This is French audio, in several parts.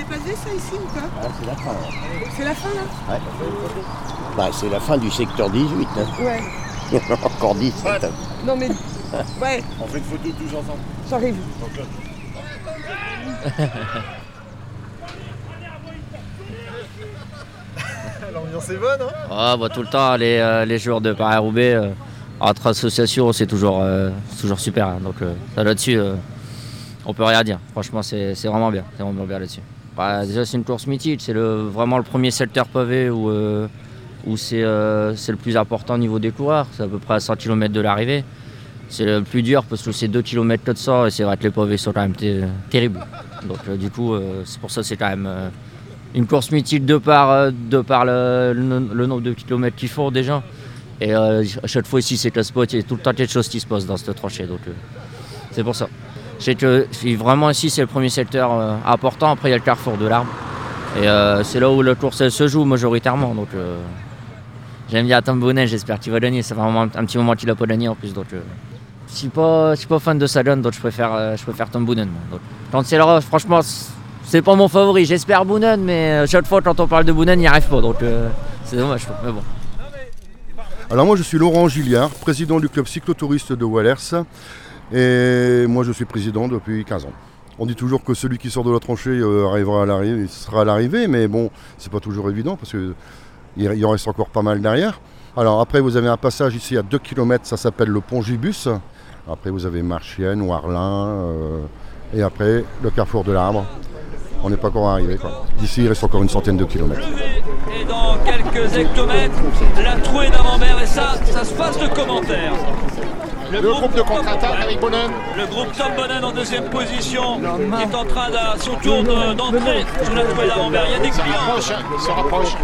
dépassé ça ici ou pas? Ah, c'est la fin. Ouais. C'est la fin là? Ouais. Bah, c'est la fin du secteur 18. Hein. Ouais. Il y en a encore 17. Ouais. Non mais... Ouais. On fait une photo tous ensemble. J'arrive. L'ambiance est bonne, hein? Ah, bah, tout le temps, les joueurs de Paris-Roubaix, entre associations, c'est toujours super. Hein. Donc là-dessus, on peut rien dire. Franchement, c'est vraiment bien. C'est vraiment bien là-dessus. Bah, déjà, c'est une course mythique. C'est vraiment le premier secteur pavé où c'est le plus important au niveau des coureurs. C'est à peu près à 100 km de l'arrivée. C'est le plus dur parce que c'est 2 km de ça et c'est vrai que les pavés sont quand même terribles. Donc du coup, c'est pour ça que c'est quand même une course mythique de par le nombre de kilomètres qu'ils font déjà. Et à chaque fois ici, c'est que le spot, il y a tout le temps quelque chose qui se passe dans cette tranchée. Donc c'est pour ça. Je sais que vraiment ici, c'est le premier secteur important. Après, il y a le carrefour de l'Arbre. Et c'est là où la course elle se joue majoritairement. Donc j'aime bien Tom Boonen, j'espère qu'il va gagner. Ça fait vraiment un petit moment qu'il n'a pas gagné en plus. Donc je suis pas fan de Sagan, donc je préfère Tom Boonen. Donc, quand c'est là, franchement, c'est pas mon favori. J'espère Boonen, mais chaque fois quand on parle de Boonen, il n'y arrive pas. Donc c'est dommage, mais bon. Alors moi je suis Laurent Gilliard, président du club cyclotouriste de Wallers. Et moi je suis président depuis 15 ans. On dit toujours que celui qui sort de la tranchée arrivera à l'arrivée, il sera à l'arrivée, mais bon, c'est pas toujours évident parce qu'il en reste encore pas mal derrière. Alors après vous avez un passage ici à 2 km, ça s'appelle le pont Gibus. Après vous avez Marchienne, Warlin, et après le carrefour de l'Arbre. On n'est pas encore arrivé. D'ici il reste encore une centaine de kilomètres. Et dans quelques hectomètres, la trouée d'Avambert, et ça se passe de commentaires. Le groupe de contre-attaque avec Boonen. Le groupe Tom Boonen en deuxième position, qui est en train à son tour d'entrer sur la trouée d'Avambert. Il y a des clients. Il se rapproche.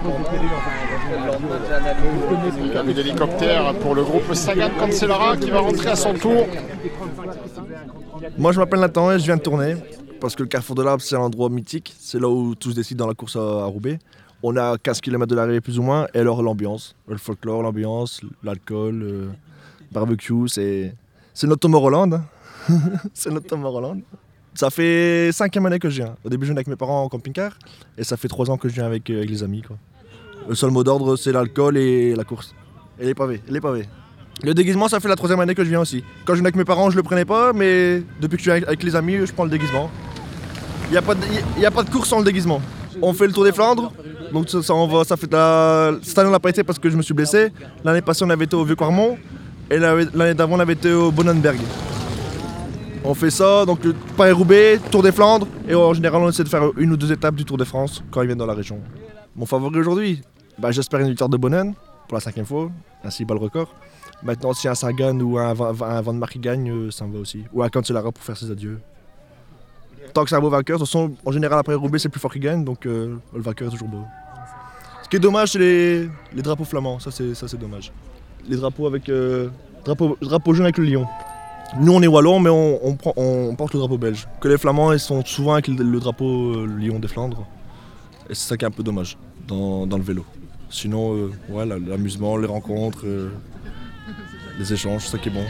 Il y a des hélicoptères pour le groupe Sagan Cancellara qui va rentrer à son tour. Moi je m'appelle Nathan et je viens de tourner. Parce que le carrefour de l'Arbre, c'est un endroit mythique. C'est là où tout se décide dans la course à Roubaix. On a 15 km de l'arrivée plus ou moins. Et alors l'ambiance, le folklore, l'ambiance, l'alcool, le barbecue, c'est notre Tomorrowland. C'est notre Tomorrowland. Ça fait 5e année que je viens. Au début, je venais avec mes parents en camping-car. Et ça fait 3 ans que je viens avec les amis. Quoi. Le seul mot d'ordre, c'est l'alcool et la course. Et les pavés. Le déguisement, ça fait la 3e année que je viens aussi. Quand je venais avec mes parents, je le prenais pas. Mais depuis que je suis avec les amis, je prends le déguisement. Il n'y a pas de course sans le déguisement. On fait le Tour des Flandres, donc ça fait cette année on n'a pas été parce que je me suis blessé. L'année passée on avait été au Vieux-Quarmont et l'année d'avant on avait été au Bonnenberg. On fait ça, donc le Paris-Roubaix, Tour des Flandres, et en général on essaie de faire 1 ou 2 étapes du Tour de France quand ils viennent dans la région. Mon favori aujourd'hui, j'espère une victoire de Boonen pour la 5e fois, ainsi bat le record. Maintenant si un Sagan ou un Van Mark gagne, ça me va aussi. Ou un Cancellara pour faire ses adieux. Tant que c'est un beau vainqueur, de toute façon, en général après Roubaix c'est le plus fort qui gagne, donc le vainqueur est toujours beau. Ce qui est dommage c'est les drapeaux flamands, ça c'est dommage. Les drapeaux avec drapeau jaune avec le lion. Nous on est wallons mais on porte le drapeau belge. Que les flamands ils sont souvent avec le drapeau lion des Flandres. Et c'est ça qui est un peu dommage dans le vélo. Sinon l'amusement, les rencontres, les échanges, c'est ça qui est bon.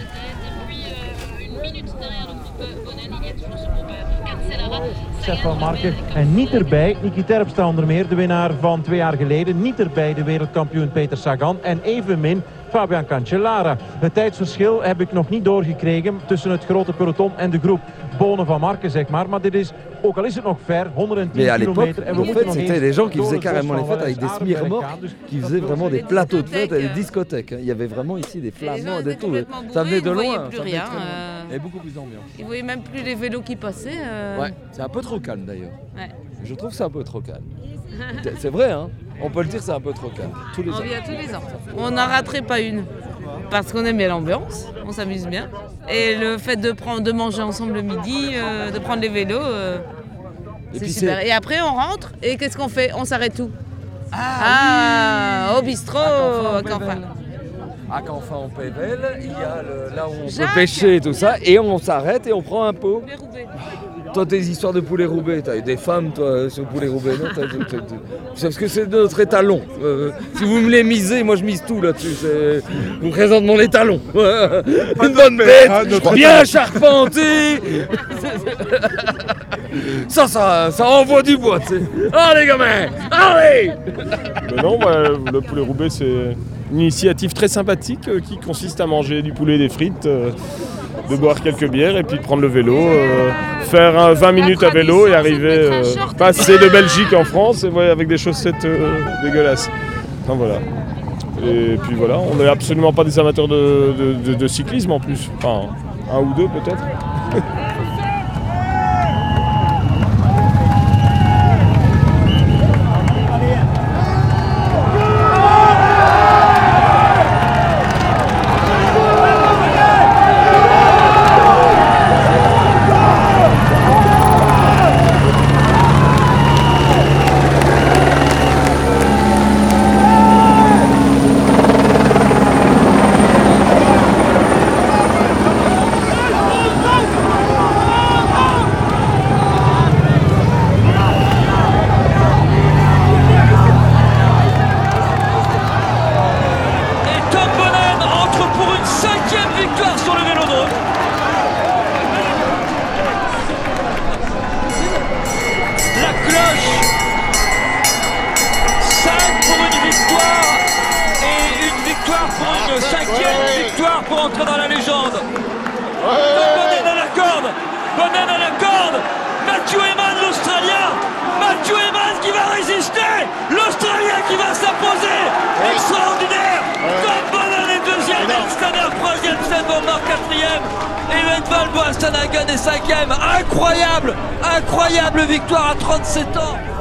Van Marken en niet erbij. Niki Terpstra onder meer, de winnaar van 2 jaar geleden. Niet erbij de wereldkampioen Peter Sagan en evenmin Fabian Cancellara. Het tijdsverschil heb ik nog niet doorgekregen tussen het grote peloton en de groep Bonen van Marken, zeg maar. Maar dit is, ook al is het nog ver, 110 kilometer. En we moeten c'était des gens qui faisaient carrément les fêtes avec des semi-remorques, qui faisaient vraiment des plateaux de fêtes, des discothèques. Il y avait vraiment ici des flamands, des tout. Ça venait de loin. Plus rien. Il y avait beaucoup plus d'ambiance. Ils ne voyaient même plus les vélos qui passaient. Ouais, c'est un peu trop calme d'ailleurs. Ouais. Je trouve que c'est un peu trop calme. C'est vrai, hein. On peut le dire, c'est un peu trop calme. Tous les ans. On vient tous les ans. On n'en raterait pas une. Parce qu'on aime bien l'ambiance, on s'amuse bien. Et le fait de manger ensemble le midi, de prendre les vélos, c'est super. Et après on rentre et qu'est-ce qu'on fait? On s'arrête tout. Au bistrot, à Canfin. À Canfin en Pével, il y a là où on peut pêcher et tout ça, et on s'arrête et on prend un pot. Toi, tes histoires de poulet roubaix, t'as eu des femmes, toi, sur le poulet roubaix, non? Parce que c'est notre étalon. Si vous me les misez, moi je mise tout là-dessus. Vous présentez mon étalon. Une bonne bête, bien charpentée. Ça envoie du bois, tu sais. Allez, gamins, allez. Mais non, le poulet Roubaix, c'est une initiative très sympathique qui consiste à manger du poulet et des frites, de boire quelques bières et puis de prendre le vélo, faire 20 minutes à vélo et arriver, passer de Belgique en France et avec des chaussettes dégueulasses. Enfin voilà. Et puis voilà, on n'est absolument pas des amateurs de cyclisme en plus. Enfin, un ou deux peut-être. Pour entrer dans la légende. Bonnen à la corde. Bonnen à la corde. Matthew Hayman, l'Australien. Matthew Hayman qui va résister. L'Australien qui va s'imposer. Extraordinaire. Tom Bonnen est deuxième. Elfstadter troisième. Sven Bornor quatrième. Et Edvald Boasson Hagen est cinquième. Incroyable. Incroyable victoire à 37 ans.